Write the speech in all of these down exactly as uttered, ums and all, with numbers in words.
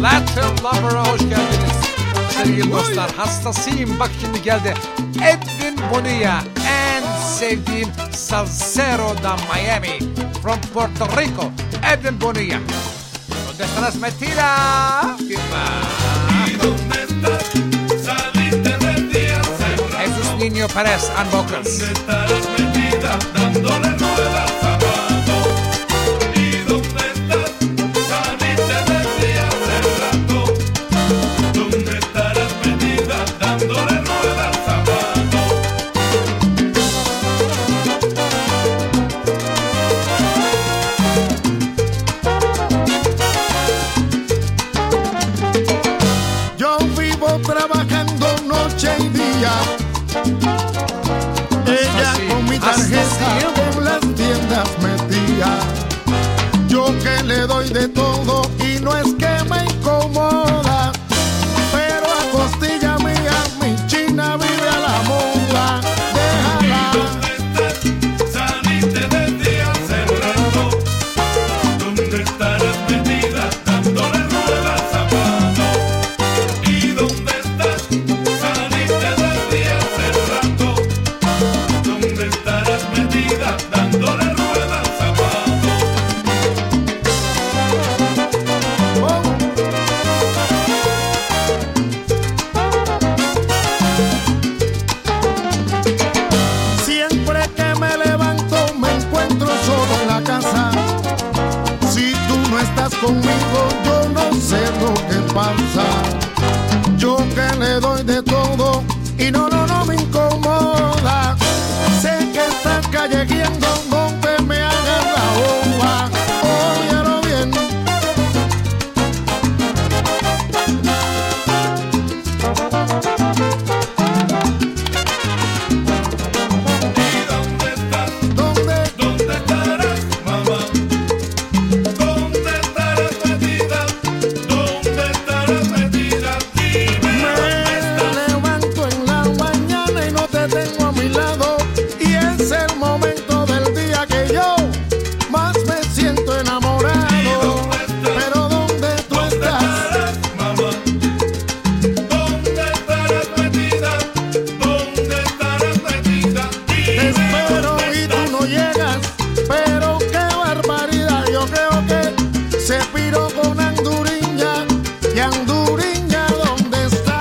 Latin Lover'a hoş geldiniz. Sevgili dostlar, hastasıyım. Bak şimdi geldi. Edwin Bonilla, en sevdiğim salsero da Miami. From Puerto Rico, Edwin Bonilla. ¿Dónde estás metida? Jesus Niño Pérez and vocals. ¿Dónde estarás metida dándole ruedas abajo? ¿Y dónde estás? Saliste del día hace rato. ¿Dónde estarás metida dándole ruedas abajo? Yo vivo trabajando noche y día. Ella sí, con mi hasta tarjeta sí. en las tiendas metía. Yo que le doy de todo y no es que me incomoda, pero a costilla mía mi china vive a la moda. Déjala. ¿Dónde estás? Saliste del día hace rato. ¿Dónde estarás metida dándole ruedas abajo? ¿Y dónde estás? Saliste del día hace rato. ¿Dónde estarás metida dándole ruedas abajo? Oh. Siempre que me levanto me encuentro solo en la casa. Si tú no estás conmigo, yo no sé lo que pasa. Yo que le doy de todo y no, no, no me incomoda. Sé que estás callejeando donde me hagan la bomba. Óyelo bien. ¿Y dónde estás? ¿Dónde? ¿Dónde estarás, mamá? ¿Dónde estarás metida? ¿Dónde estarás metida? Dime dónde Me estás. levanto en la mañana y no te tengo a mi lado. Y es el momento del día que yo más me siento enamorado. Pero ¿dónde tú ¿Dónde estás? estarás, mamá? ¿Dónde estarás metida? ¿Dónde estarás metida? Te Dime espero dónde y tú estás. no llegas. Pero qué barbaridad. Yo creo que se piró con Anduriña. Y Anduriña, ¿dónde está?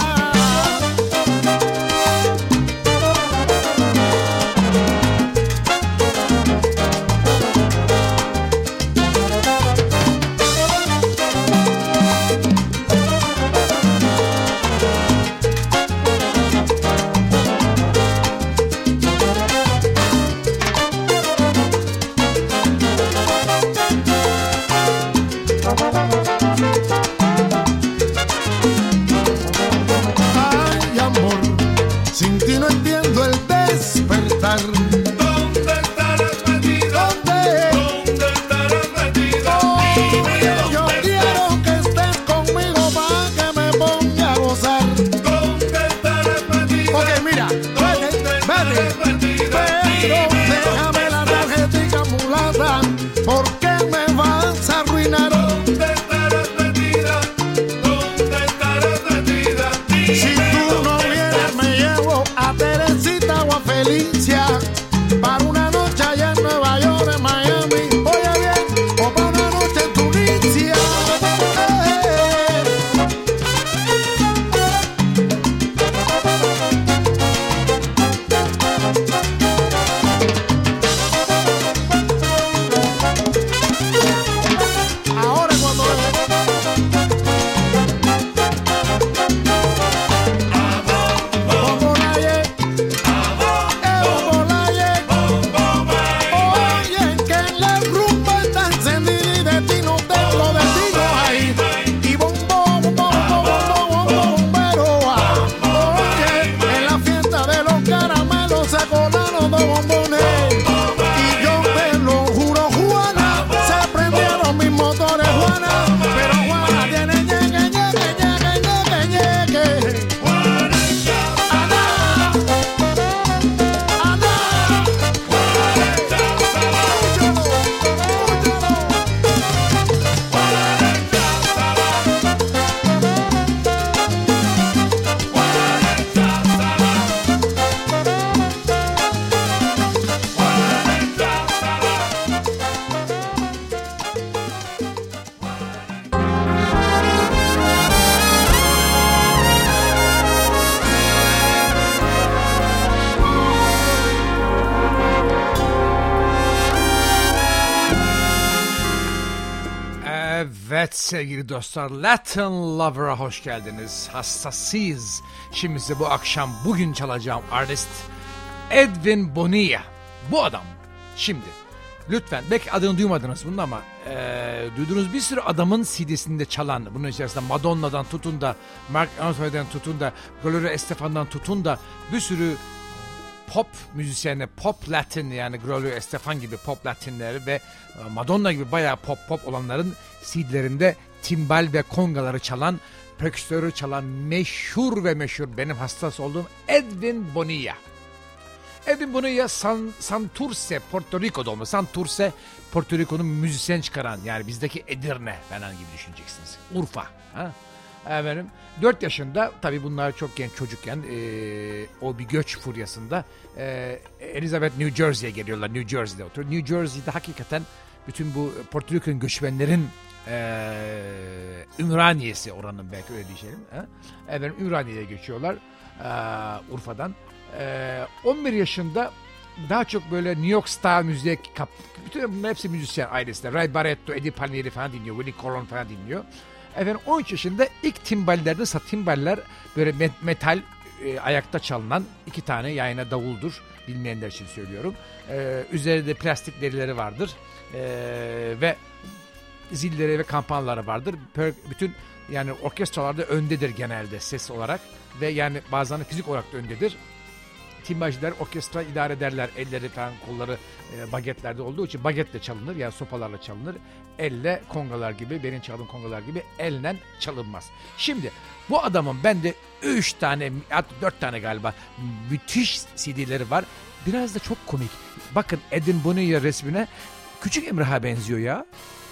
Evet sevgili dostlar, Latin Lover'a hoş geldiniz. Hastasıyız. Şimdi size bu akşam bugün çalacağım artist Edwin Bonilla. Bu adam şimdi lütfen, belki adını duymadınız bunun ama e, duyduğunuz bir sürü adamın C D'sinde çalan, bunun içerisinde Madonna'dan tutun da Mark Anthony'den tutun da Gloria Estefan'dan tutun da bir sürü pop müzisyeni, pop Latin, yani Gloria Estefan gibi pop Latinleri ve Madonna gibi bayağı pop pop olanların C D'lerinde timbal ve kongaları çalan, perküsörü çalan meşhur ve meşhur, benim hassas olduğum Edwin Bonilla. Edwin Bonilla San, Santurce, Porto Rico doğumlu. Santurce, Porto Rico'nun müzisyen çıkaran, yani bizdeki Edirne falan gibi düşüneceksiniz. Urfa. Ha? Efendim, dört yaşında, tabii bunlar çok genç çocukken e, o bir göç furyasında e, Elizabeth New Jersey'ye geliyorlar. New Jersey'de oturuyor. New Jersey'de hakikaten bütün bu Porto Rico'nun göçmenlerin e, Ümraniyesi, oranın belki öyle diyelim. Efendim, Ümraniye'ye geçiyorlar e, Urfa'dan. E, on bir yaşında daha çok böyle New York style müziğe kap, bütün bunlar hepsi müzisyen ailesinde. Ray Barretto, Eddie Palmieri falan dinliyor. Willie Colon falan dinliyor. Efendim, on üç yaşında ilk timballerini, timballer böyle metal e, ayakta çalınan iki tane yayına davuldur. Bilmeyenler için söylüyorum. E, üzerinde plastik derileri vardır. E, ve zilleri ve kampanyaları vardır. Bütün yani orkestralarda öndedir genelde ses olarak ve yani bazen fizik olarak da öndedir. Timbalciler orkestra idare ederler. Elleri falan, kolları e, bagetlerde olduğu için bagetle çalınır, yani sopalarla çalınır. Elle kongalar gibi, benim çaldığım kongalar gibi elle çalınmaz. Şimdi bu adamın bende üç tane, hatta dört tane galiba müthiş C D'leri var. Biraz da çok komik. Bakın Edwin Bonilla resmine, Küçük Emrah'a benziyor ya.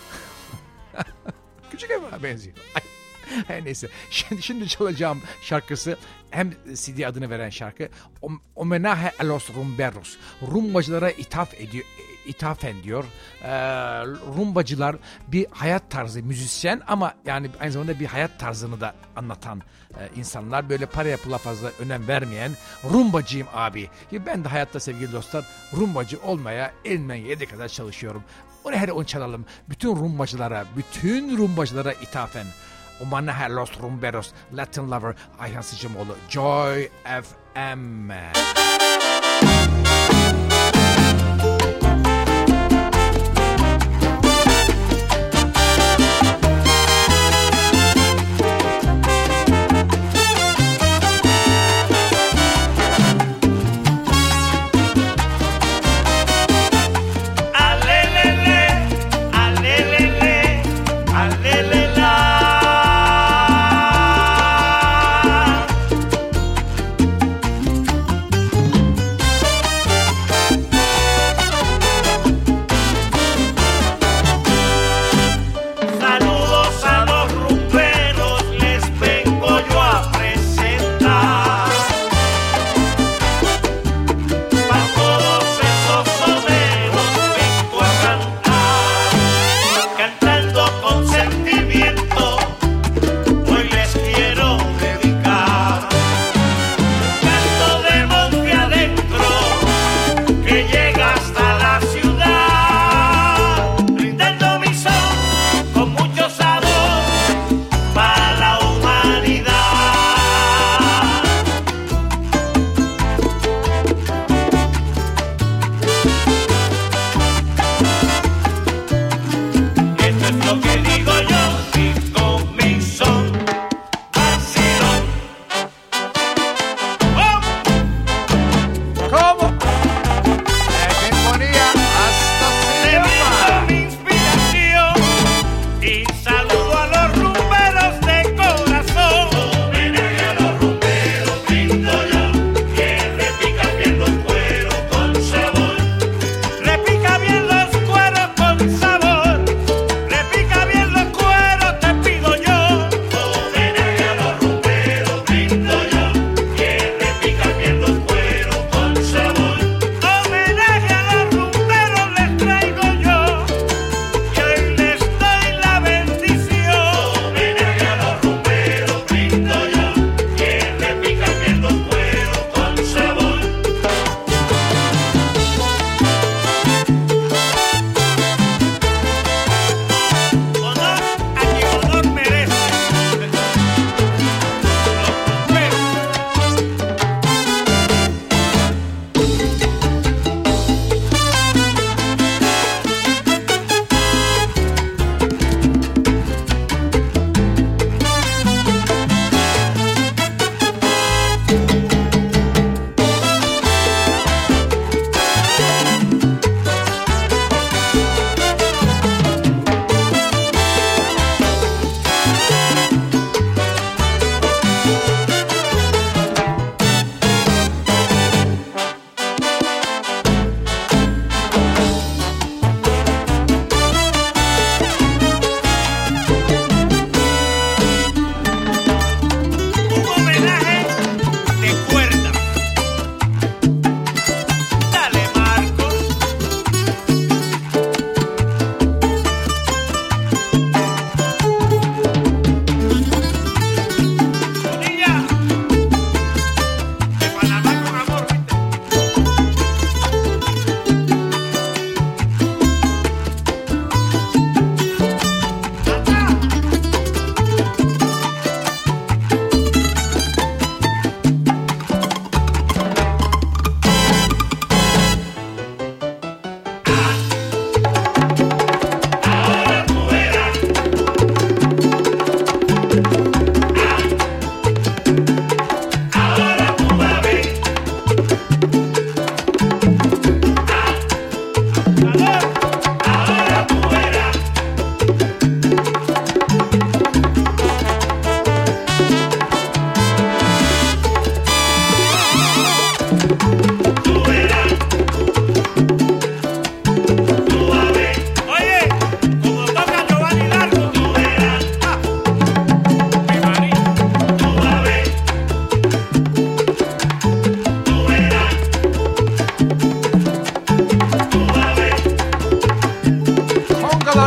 Küçük Emrah'a benziyor. Ay. Her neyse. Şimdi, şimdi çalacağım şarkısı hem C D adını veren şarkı Homenaje a los Rumberos. Rumbacılara ithaf ediyor, ithafen diyor. Ee, rumbacılar bir hayat tarzı, müzisyen ama yani aynı zamanda bir hayat tarzını da anlatan e, insanlar. Böyle paraya pula fazla önem vermeyen, rumbacıyım abi. Ben de hayatta sevgili dostlar rumbacı olmaya elimden yedi kadar çalışıyorum. Onu her onu çalalım. Bütün rumbacılara, bütün rumbacılara ithafen. Homenaje a los Rumberos, Latin Lover, Ayhan Sıcımoğlu, Joy F M. Alelele, alelele, alelele.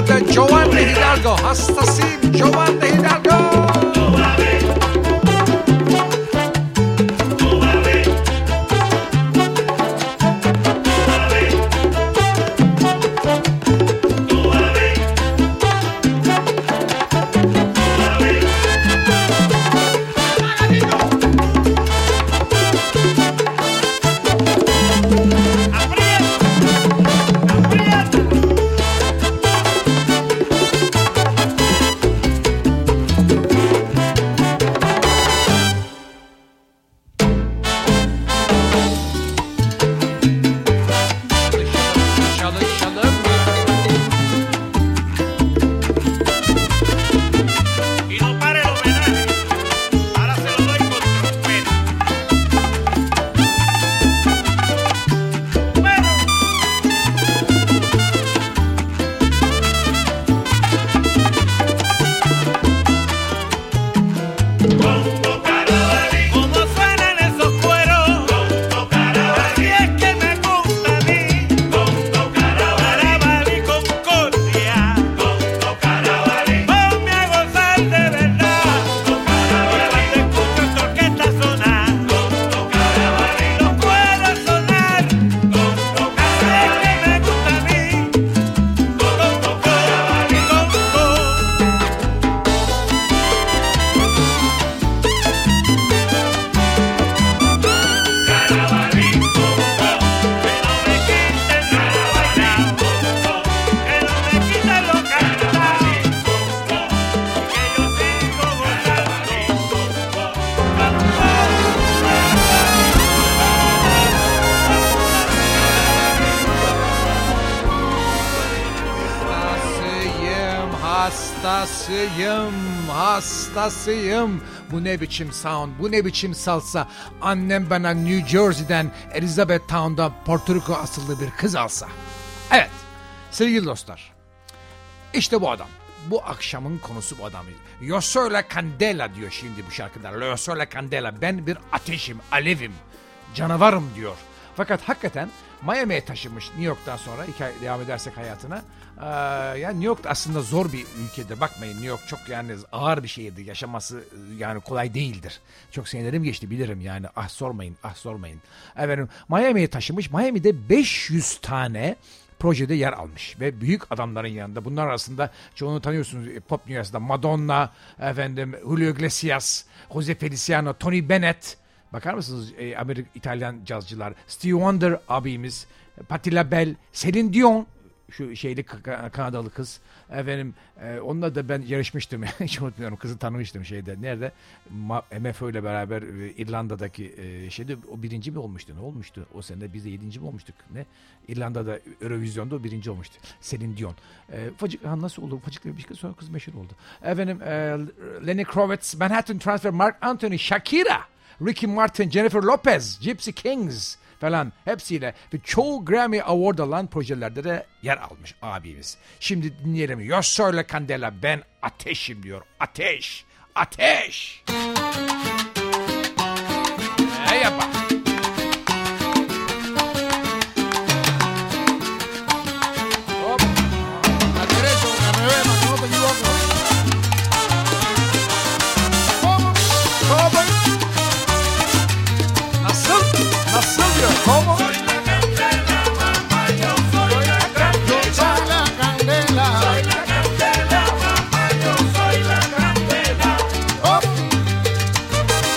Bostar'da Giovanni Hidalgo. Hastasıyım Giovanni Hidalgo. Hastasıyım, hastasıyım. Bu ne biçim sound, bu ne biçim salsa. Annem bana New Jersey'den, Elizabethtown'da Porto Rico asıllı bir kız alsa. Evet, sevgili dostlar. İşte bu adam. Bu akşamın konusu bu adam. Yo soy la candela diyor şimdi bu şarkıda. Yo soy la candela. Ben bir ateşim, alevim, canavarım diyor. Fakat hakikaten Miami'ye taşınmış New York'tan sonra, hikaye devam edersek hayatına. Ee, yani New York aslında zor bir ülkedir. Bakmayın, New York çok yani ağır bir şehirdir. Yaşaması yani kolay değildir. Çok senelerim geçti bilirim yani. Ah sormayın, ah sormayın. Efendim Miami'ye taşınmış. Miami'de beş yüz tane projede yer almış ve büyük adamların yanında. Bunlar arasında çoğunu tanıyorsunuz pop dünyasında. Madonna, efendim Julio Iglesias, Jose Feliciano, Tony Bennett. Bakar mısınız e, Amerika İtalyan cazcılar, Stevie Wonder abimiz, Patti LaBelle, Celine Dion, şu şeyli Kanadalı kız. Efendim e, onunla da ben yarışmıştım. Hiç unutmuyorum, kızı tanımıştım şeyde. Nerede? Ma- M F O ile beraber e, İrlanda'daki e, şeyde o birinci mi olmuştu? Ne olmuştu? O sene biz de yedinci mi olmuştuk? Ne? İrlanda'da Eurovizyon'da o birinci olmuştu. Celine Dion. E, ufacık ha, nasıl oldu? Ufacık bir şey, sonra kız meşhur oldu. Efendim e, Lenny Kravitz, Manhattan Transfer, Mark Anthony, Shakira, Ricky Martin, Jennifer Lopez, Gypsy Kings falan hepsiyle ve çoğu Grammy Award alan projelerde de yer almış abimiz. Şimdi dinleyelim. Yo soy la candela, ben ateşim diyor. Ateş, ateş. Ne yapar? Hop. Nasıl? Nasıl diyor? ¿Cómo? Soy la candela, mamá, yo soy la candela. Soy la candela, mamá, yo soy la candela.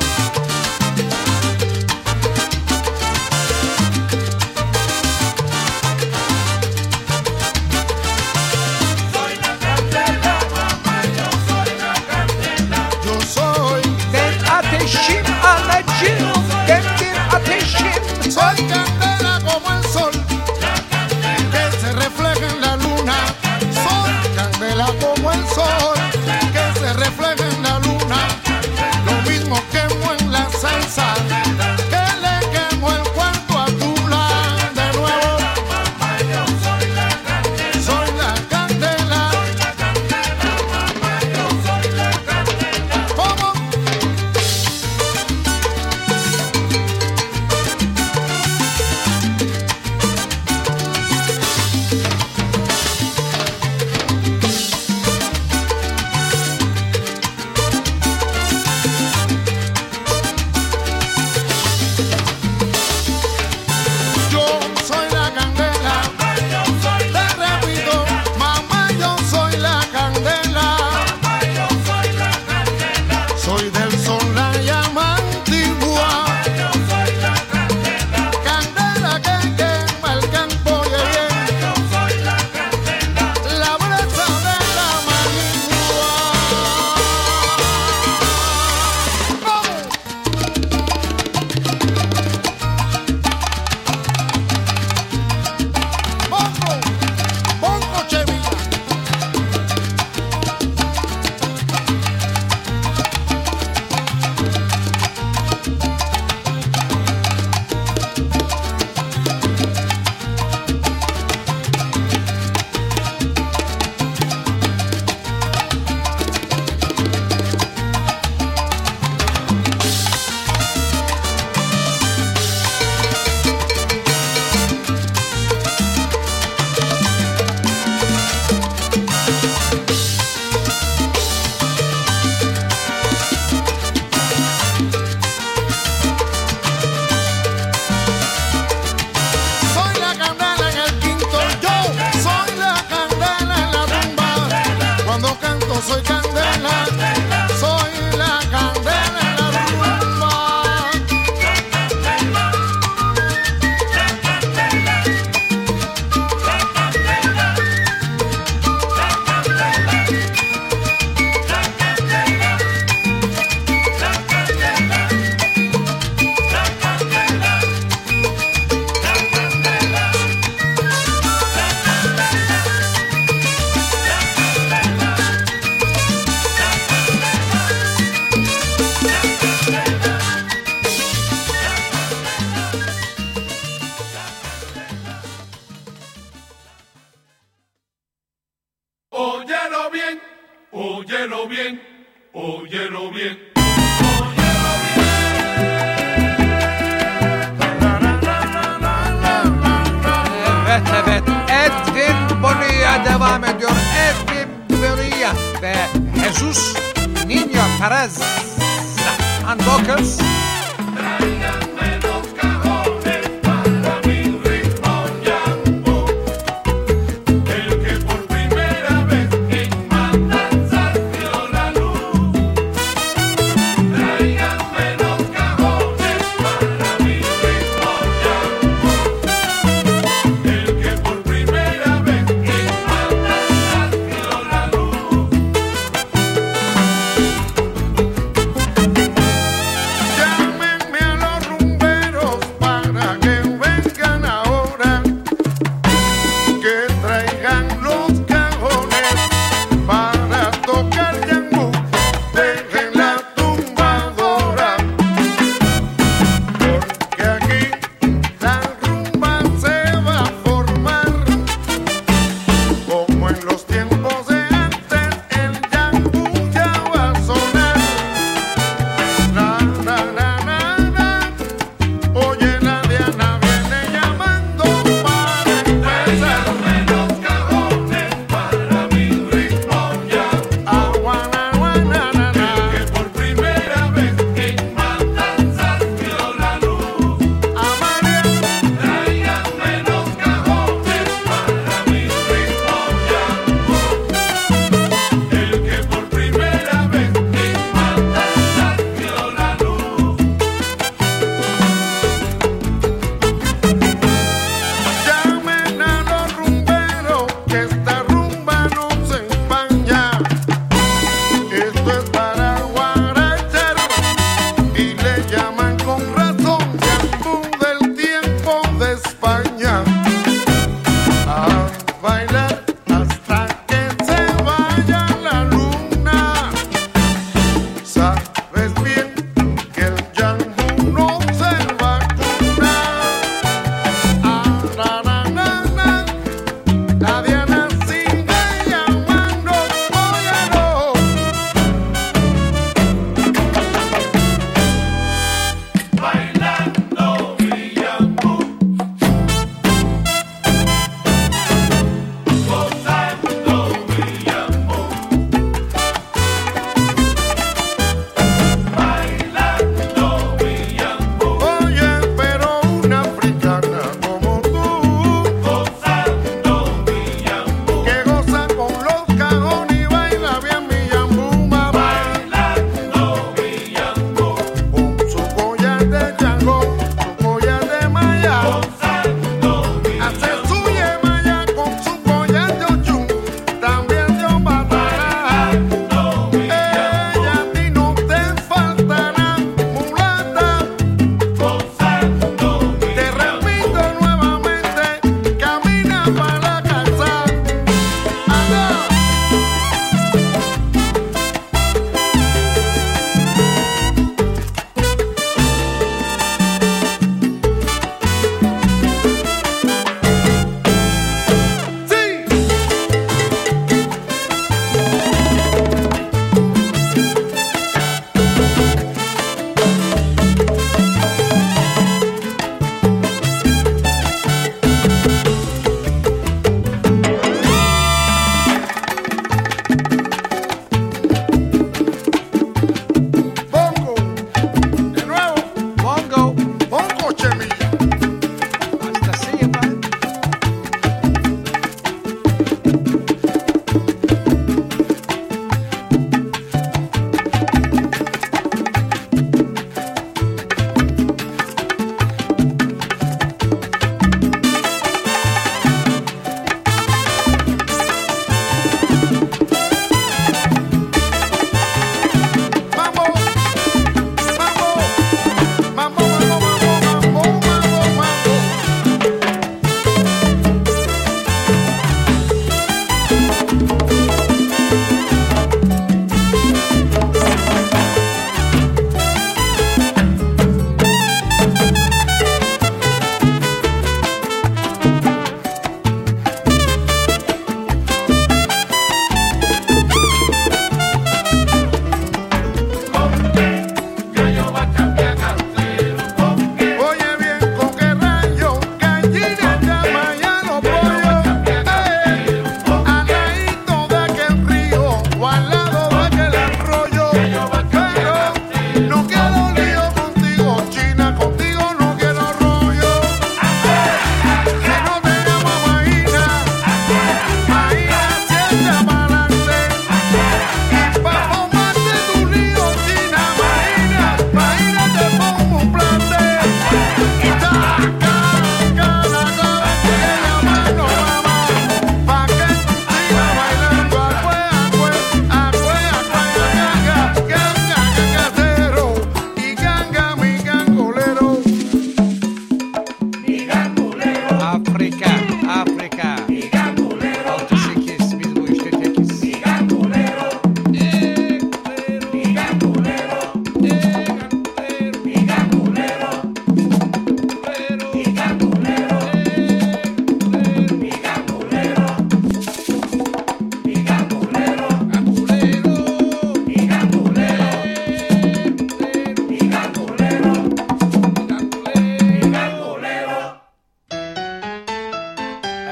soy candela, soy la candela en la rumba. Óyelo bien, óyelo bien, óyelo bien. Evet evet Edwin Bonilla devam ediyor. Edwin Bonilla ve Jesus Niño Perez and vocals. Tráiganme los cajones para mi ritmo llambo. El que por primera vez en Matanzas dio la luz. Tráiganme los cajones para mi ritmo llambo. El que por primera vez en Matanzas dio la luz. Ya me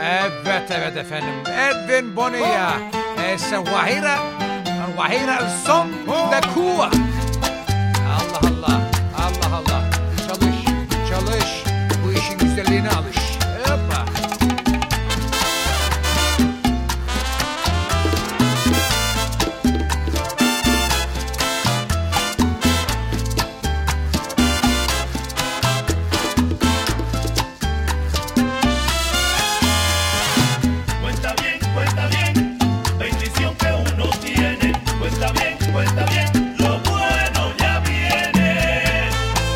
Evet evet efendim. Edwin Bonilla. Esa Guajira. Guajira el son de Cuba. Allah Allah. Allah Allah. Çalış. Çalış. Bu işin güzelliğine alış. Hoppa. Cuenta bien, cuenta bien, bendición que uno tiene. Cuenta bien, cuenta bien, lo bueno ya viene.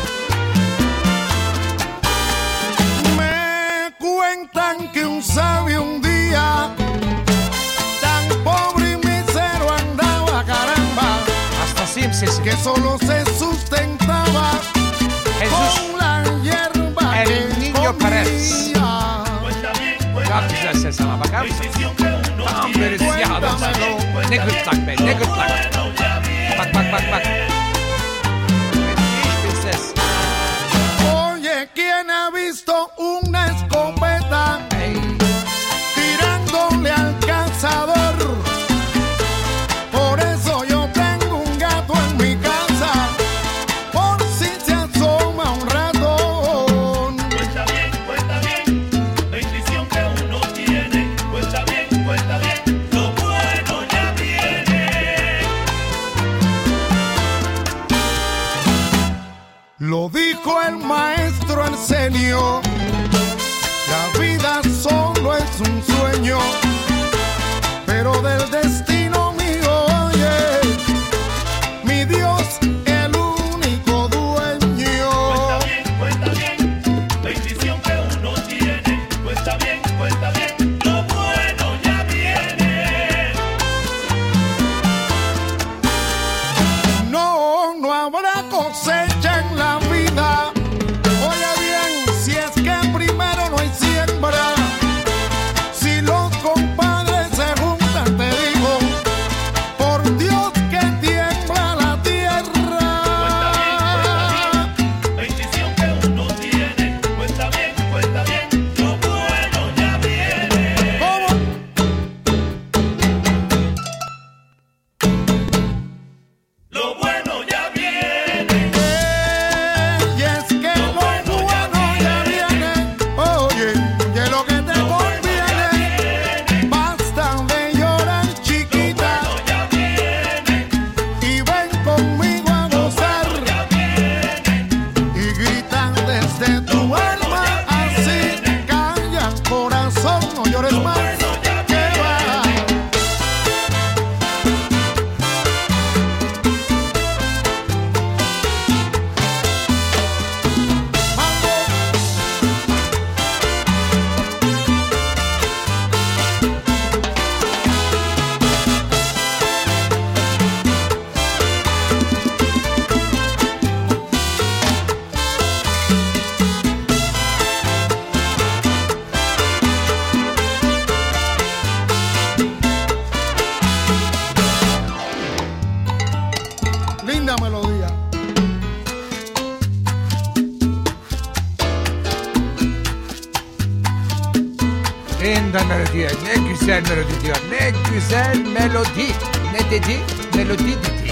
Me cuentan que un sabio un día tan pobre y mísero andaba, caramba, Hastasıyım sesi. que solo se sustentaba Jesús. con la hierba El que Niño Paredes. comía. Cuenta bien, Çok cuenta güzel bien, ses ama bakar mısın? bendición que uno Tam tiene. böyle siyah adam. Ne gırtlak be, ne Lo gırtlak. bueno ya viene. Bak bak bak bak. Müthiş bir ses. Oye, ¿quién ha visto una escopeta Ey. tirándole al cazador? Por eso yo tengo un gato en mi casa, por si se asoma un ratón. Cuenta bien, cuenta bien, bendición que uno tiene. Cuenta bien, cuenta bien, lo bueno ya viene. Lo dijo el maestro Arsenio, la vida solo es un sueño, pero del destino mío, oye, mi Dios, el único dueño. Cuenta bien, cuenta bien, bendición que uno tiene. Cuenta bien, cuenta bien, lo bueno ya viene. No, no habrá cosecha en la vida. Oye bien, si es que primero no hay siembra. Si los compadres se juntan, te digo, por Dios que tiembla la tierra. Cuenta bien, cuenta bien, bendición que uno tiene. Cuenta bien, cuenta bien, lo bueno ya viene. ¿Cómo? Lo bueno ya viene. Y es que lo bueno ya viene. Oye, que lo que te conviene. Basta de llorar, chiquita, Lo ya viene, y ven conmigo a gozar. ya viene. Y gritan desde tu alma así. Calla, corazón, no llores más. Que va. Linda melodía. Linda melodi. Ne güzel melodi diyor. Ne güzel melodi. Ne dedi? Melodi dedi.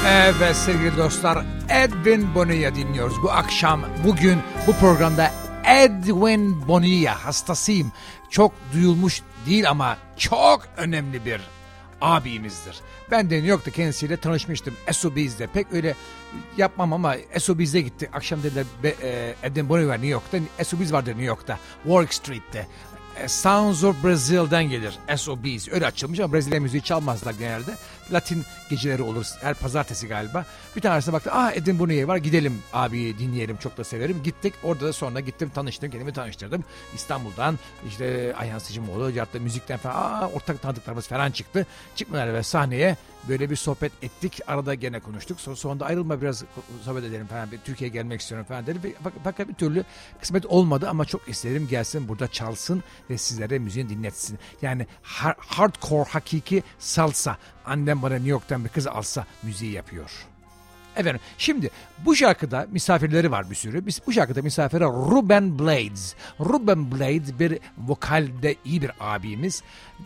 Evet sevgili dostlar, Edwin Bonilla dinliyoruz bu akşam. Bugün bu programda Edwin Bonilla hastasıyım. Çok duyulmuş değil ama çok önemli bir abimizdir. Ben de New York'ta kendisiyle tanışmıştım. S O B'de pek öyle yapmam ama S O B'de gittik. Akşam dediler e, Edwin Bonilla var New York'ta. S O B'de vardır New York'ta. Warwick Street'te. Sounds of Brazil'den gelir S O B's. Öyle açılmış ama Brezilya müziği çalmazlar genelde. Latin geceleri olur her pazartesi galiba. Bir tanesine baktım. Ah Edwin Bonilla var, gidelim abi dinleyelim, çok da severim. Gittik orada da sonra gittim tanıştım, kendimi tanıştırdım. İstanbul'dan işte Ayhan Sicimoğlu, hatta müzikten falan aa, ortak tanıdıklarımız falan çıktı. Çıkmadan ve sahneye böyle bir sohbet ettik. Arada gene konuştuk. Sonra sonunda ayrılma biraz sohbet edelim falan. Türkiye'ye gelmek istiyorum falan dedim. Fakat bir türlü kısmet olmadı ama çok isterim gelsin burada çalsın ve sizlere müziğini dinletsin. Yani hardcore hakiki salsa. Annem bana New York'tan bir kız alsa müziği yapıyor. Efendim şimdi bu şarkıda misafirleri var bir sürü. Biz bu şarkıda misafiri Ruben Blades. Ruben Blades bir vokalde iyi bir abimiz.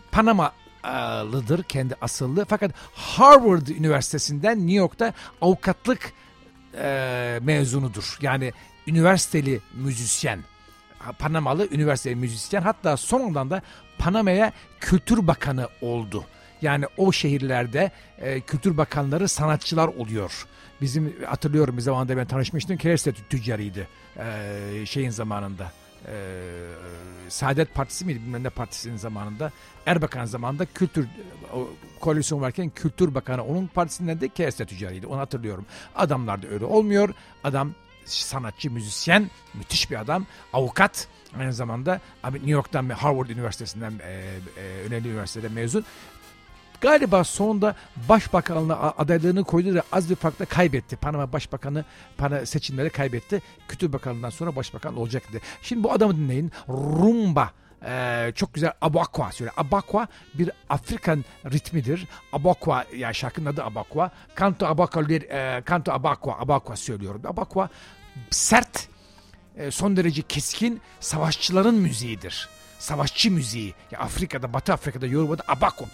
Panamalıdır kendi asıllı. Fakat Harvard Üniversitesi'nden New York'ta avukatlık e, mezunudur. Yani üniversiteli müzisyen. Panamalı üniversiteli müzisyen. Hatta sonradan da Panama'ya Kültür Bakanı oldu. Yani o şehirlerde e, kültür bakanları sanatçılar oluyor. Bizim hatırlıyorum bir zamanda ben tanışmıştım. Kereste tüccarıydı e, şeyin zamanında. E, Saadet Partisi miydi bilmem ne partisinin zamanında. Erbakan zamanında kültür o, koalisyon varken Kültür Bakanı onun partisinden de Kereste tüccarıydı. Onu hatırlıyorum. Adamlar da öyle olmuyor. Adam sanatçı, müzisyen, müthiş bir adam. Avukat. Aynı zamanda New York'tan ve Harvard Üniversitesi'nden e, e, önemli üniversitede mezun. Galiba sonunda başbakanlığa adaylığını koydu da az bir farkla kaybetti. Panama Başbakanı Panama seçimleri kaybetti. Kültür Bakanlığından sonra başbakan olacaktı. Şimdi bu adamı dinleyin. Rumba. Ee, çok güzel Abakwa söyle. Abakwa bir Afrikan ritmidir. Abakwa yani şarkının adı Abakwa. Canto Abakwa, e, Canto Abakwa, Abakwa söylüyorum. Abakwa sert, e, son derece keskin savaşçıların müziğidir. Savaşçı müziği. Ya Afrika'da, Batı Afrika'da, Yoruba'da abakwa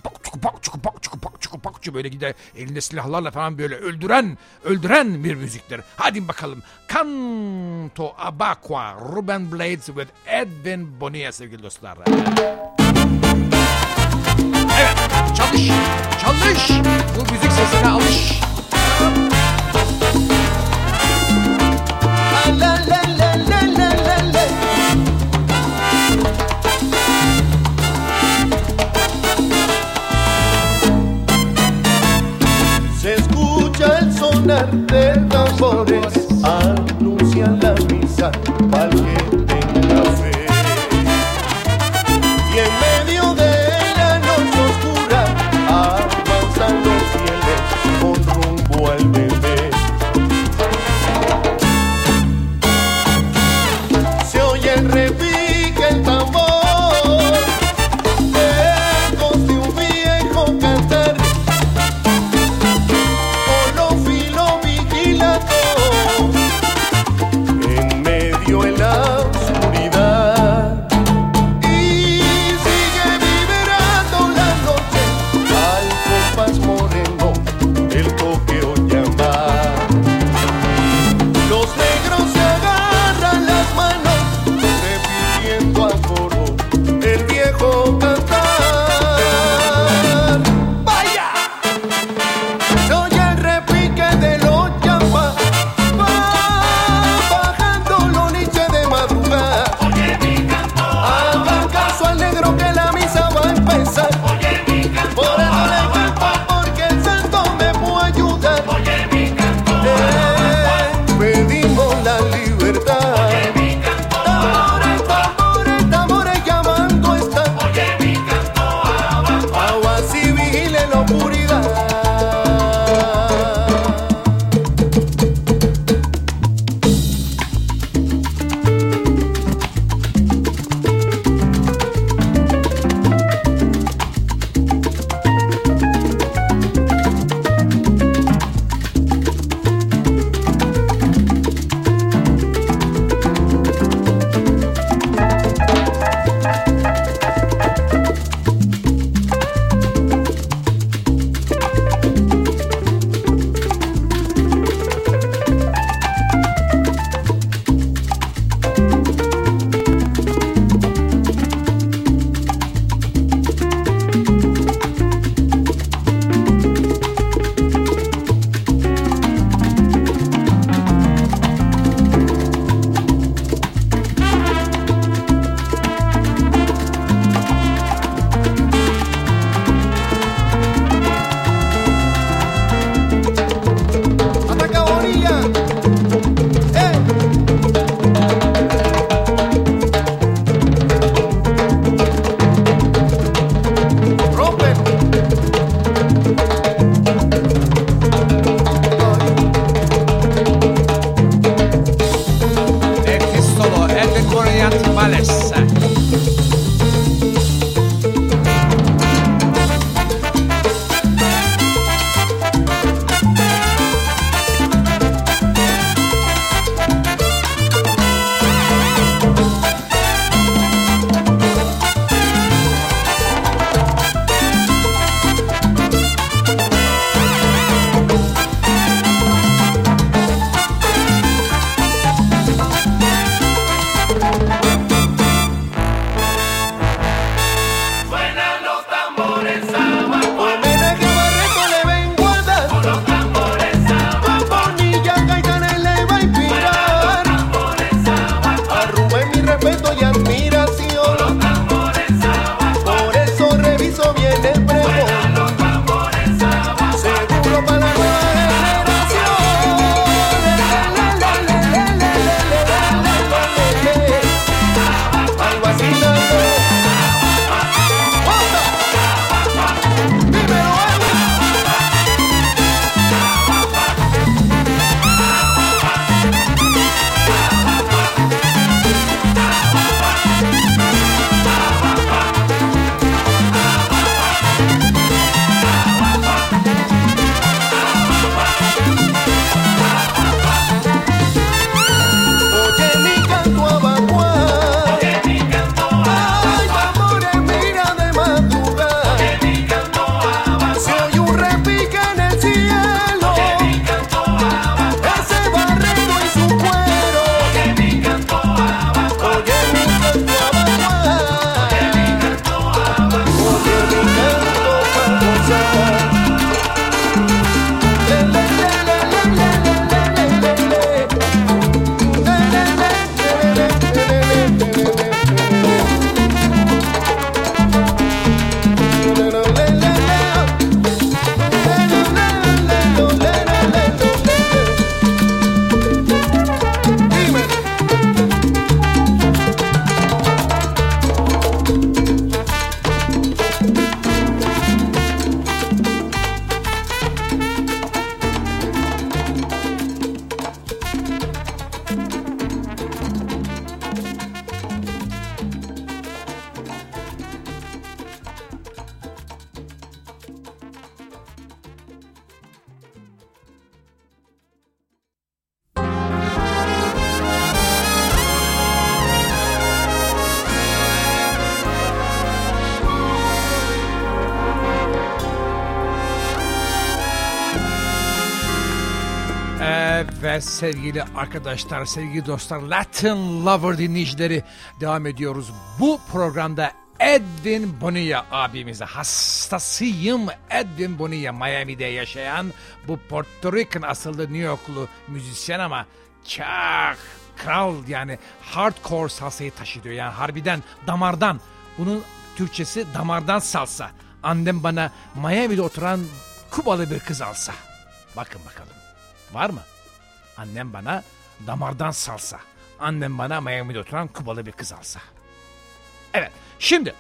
böyle gider elinde silahlarla falan böyle öldüren, öldüren bir müziktir. Hadi bakalım. Canto Abakwa, Ruben Blades with Edwin Bonilla sevgili dostlar. Evet, çalış, çalış. Bu müzik sesine alış. La la la la la la la. Se escucha el sonar de tambores, anuncian la misa pa'l que tenga fe. Y en medio de la noche oscura avanzan los fieles con rumbo al bebé. Se oye el repique, el tambor, ecos de un viejo cantar. En medio de la oscuridad y sigue vibrando la noche al compás moreno el coqueo llama. Los negros se agarran las manos repitiendo a coro el viejo cantar. ¡Vaya! Se oye el repique de los llamas. Oye mi canto abacuá, oye mi canto abacuá, ay, amores, mira de madrugada, oye mi canto abacuá, se oye un repique en el cielo, oye mi canto abacuá, ese barreno y su cuero, oye mi canto abacuá, oye mi canto abacuá, oye mi canto abacuá, oye mi canto para gozar. Le, le, le, le, le, le, le, le, le, le. Evet sevgili arkadaşlar, sevgili dostlar, Latin Lover dinleyicileri, devam ediyoruz. Bu programda Edwin Bonilla abimize hastasıyım. Edwin Bonilla Miami'de yaşayan bu Puerto Rican asıllı New Yorklu müzisyen ama çok kral, yani hardcore salsayı taşıyor. Yani harbiden damardan. Bunun Türkçesi damardan salsa. Annem bana Miami'de oturan Kubalı bir kız alsa. Bakın bakalım. Var mı? Annem bana damardan salsa. Annem bana Miami'de oturan Kubalı bir kız alsa. Evet. Şimdi.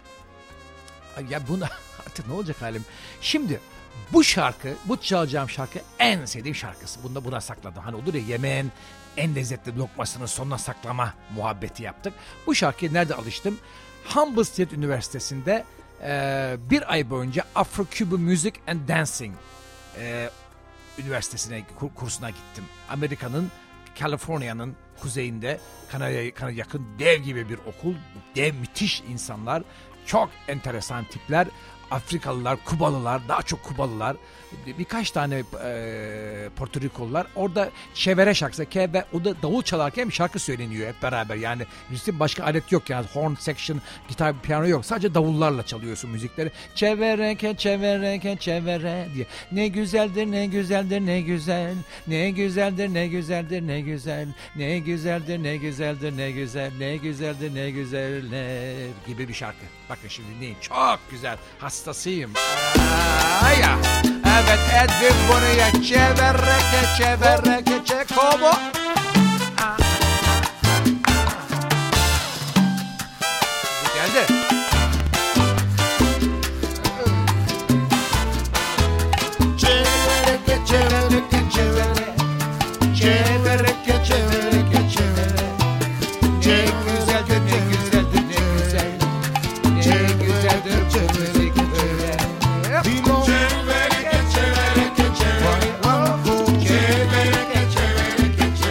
Ya buna artık ne olacak halim? Şimdi bu şarkı, bu çalacağım şarkı en sevdiğim şarkısı. Bunu da buna sakladım. Hani olur ya, yemeğin en lezzetli lokmasını sonuna saklama muhabbeti yaptık. Bu şarkıya nerede alıştım? Humboldt State Üniversitesi'nde e, bir ay boyunca Afro-Cuban Music and Dancing e, üniversitesine, kur, kursuna gittim. Amerika'nın, Kaliforniya'nın kuzeyinde, Kanarya'ya Kanada yakın dev gibi bir okul. Dev, müthiş insanlar, çok enteresan tipler. Afrikalılar, Kubalılar, daha çok Kubalılar, birkaç tane e, Porto Rikolular. Orada çevere şarkısı, keve, o da davul çalarken bir şarkı söyleniyor hep beraber. Yani müziğin başka alet yok, yani horn section, gitar, piyano yok. Sadece davullarla çalıyorsun müzikleri. Çevereke, çevereke, çevere diye. Ne güzeldir, ne güzeldir, ne güzel. Ne güzeldir, ne güzeldir, ne güzel. Ne güzeldir, ne güzeldir, ne güzel. Ne güzeldir, ne güzeller gibi bir şarkı. Bakın şimdi dinleyin. Çok güzel. Hastasıyım. Aa, ya. Evet, Edwin Bonilla. Çevereke, çevereke, çe. Como? Geldi. Çevereke, çevereke, çevere. Çevereke, çevereke, çevere. Ne güzeldir, ne güzeldir, ne güzel. Ne güzeldir, çevereke, çevere. Dilo. Çevereke, çevereke, çevere. Guaguancó. Çevereke, çevereke, çevere.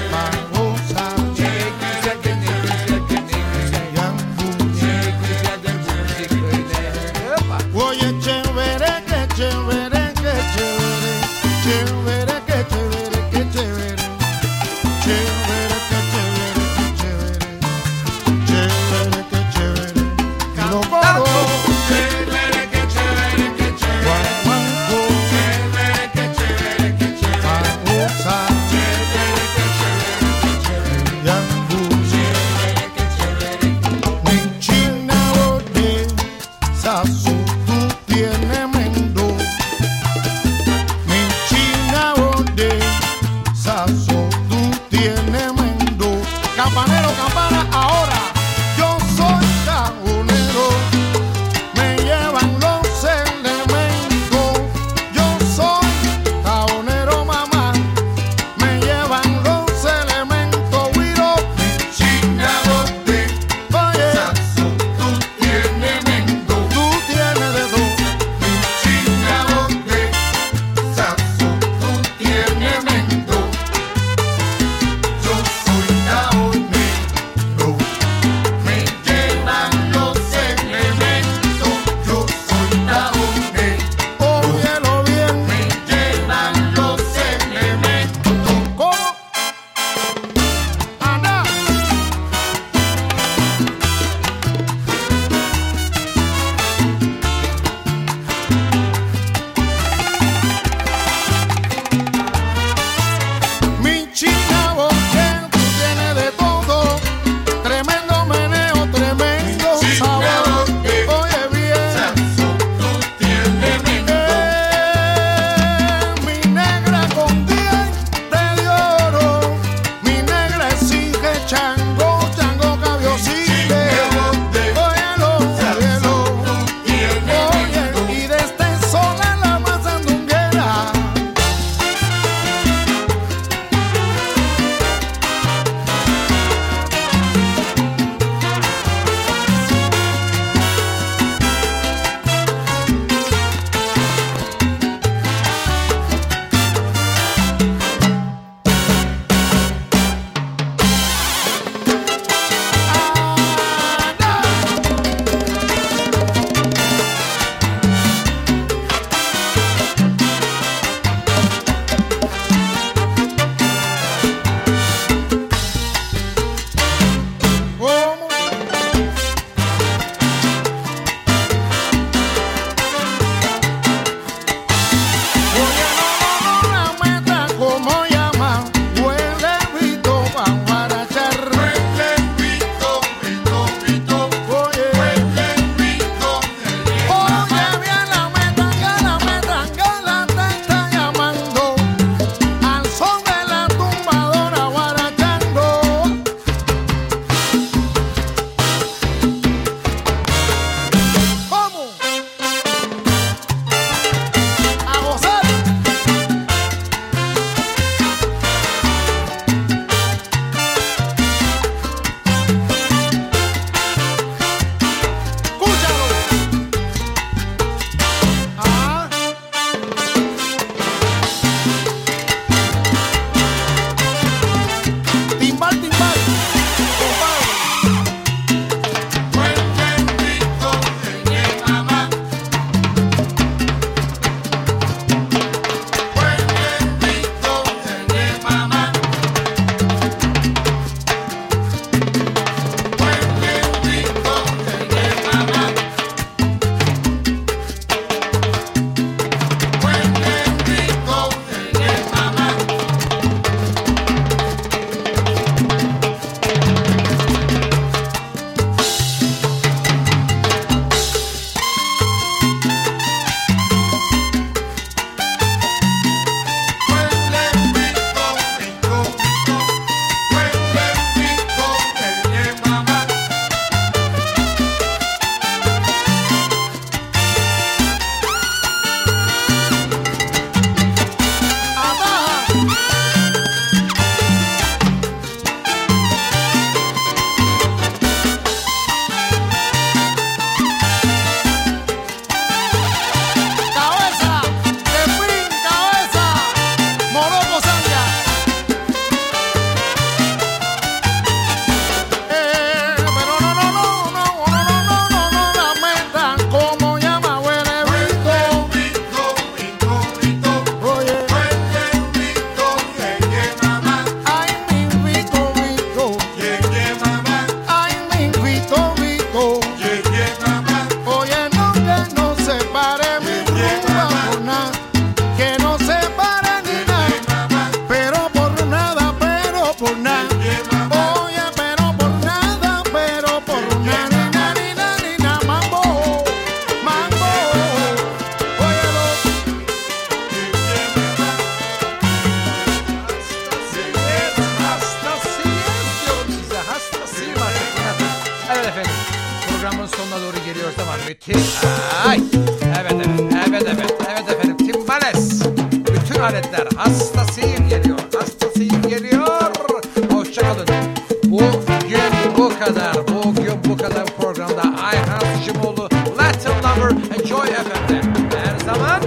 efendim. Programın sonuna doğru geliyoruz ama müthiş. Ay. Evet evet evet evet evet efendim. Timbales. Bütün aletler hastasıyım geliyor. Hastasıyım geliyor. Hoşçakalın. Bugün bu kadar. Bugün bu kadar programda Ayhan Hacımoğlu Latin Lover Joy F M'de. Her zaman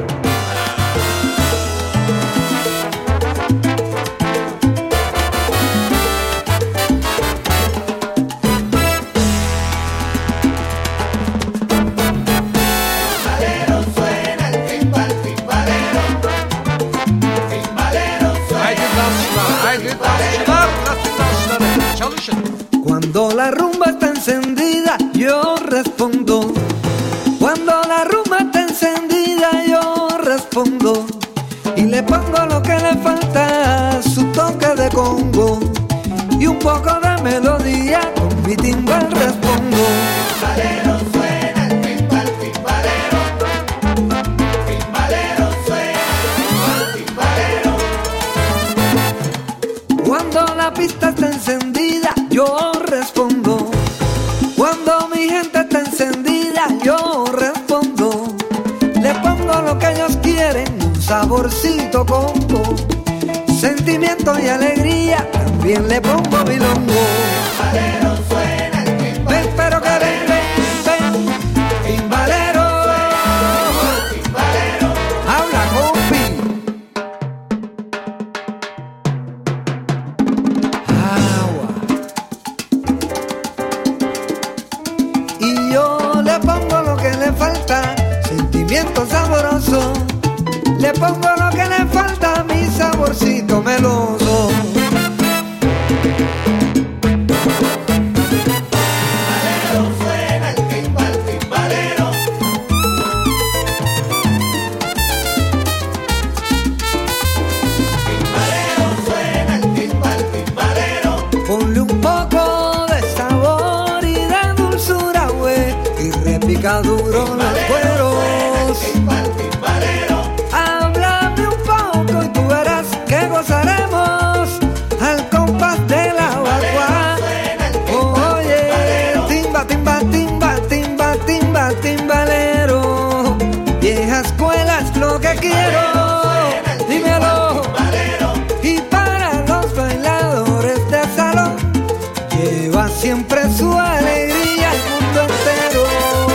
Cuando la rumba está encendida, yo respondo. Cuando la rumba está encendida, yo respondo. Y le pongo lo que le falta, su toque de congo. Y un poco de melodía, con mi timbal respondo. Timbalero suena, el timbal, timbalero. Timbalero suena, el timbalero. Cuando la pista está encendida, yo respondo. Cuando mi gente está encendida, yo respondo. Le pongo lo que ellos quieren, un saborcito combo. Sentimiento y alegría, también le pongo milongo. Timbalero suena el timbal. Ven, pero que ven, ven, ven. Timbalero, timbalero. Habla, compi. Falta sentimiento sabroso, le pongo lo que le falta, mi saborcito meloso. Timbalero suena el timbal, timbalero. Timbalero suena el timbal, timbalero. Ponle un poco de sabor y de dulzura, güey, y repica duro los cueros. Háblame un poco y tú verás que gozaremos al compás de la guagua. Oye, timba, timba, timba, timba, timba, timbalero. Vieja escuela es lo que quiero, dímelo. Y para los bailadores de salón, lleva siempre su alegría al mundo entero.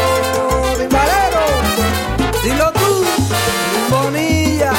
Dilo tú, Bonilla.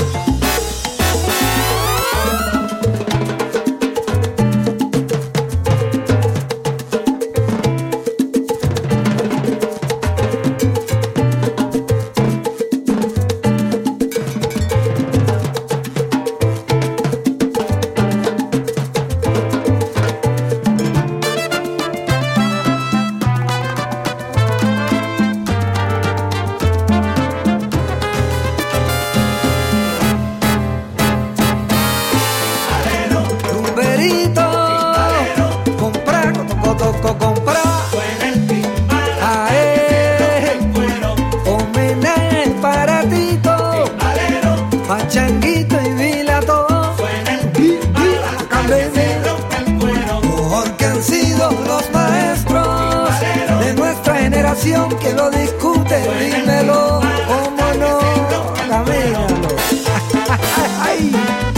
Que lo discute, dímelo, cómo no, camínalo. Ay.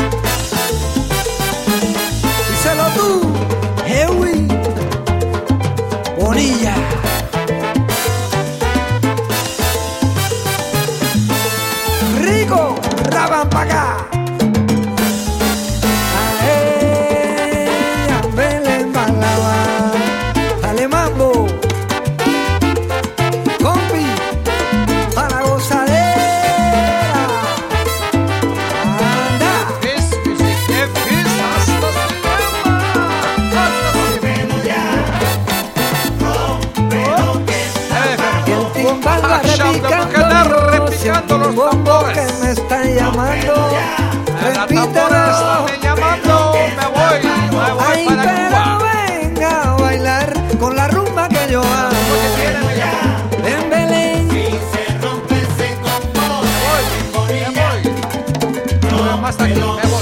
Díselo tú, Hewi Bonilla. Rico, raban pa' acá. Repicando los tambores. Que me está llamando. La tambora está me llamando. Me voy, me voy ay, para Cuba. Pero venga a bailar con la rumba que yo amo. En Belén. Si se rompe ese compás, Me voy, me voy. No veo más aquí. Me voy.